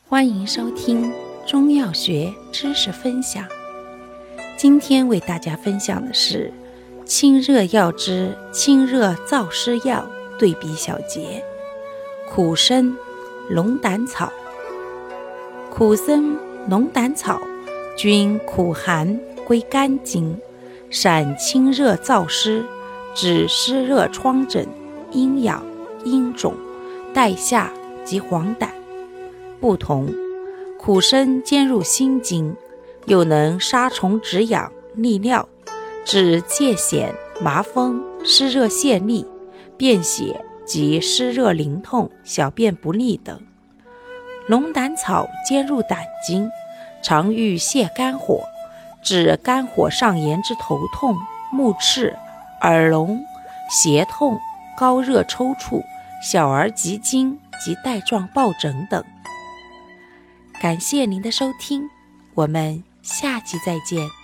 欢迎收听中药学知识分享。今天为大家分享的是清热药之清热燥湿药对比小节。苦参、龙胆草。苦参、龙胆草均苦寒，归肝经，善清热燥湿，治湿热疮疹、阴痒、阴肿、带下及黄疸。不同，苦参兼入心经，又能杀虫止痒、利尿，治疥癣、麻风、湿热泄痢、便血及湿热淋痛、小便不利等。龙胆草兼入胆经，常欲泻肝火，治肝火上炎之头痛、目赤、耳聋、胁痛、高热抽搐、小儿急惊及带状疱疹等。感谢您的收听，我们下期再见。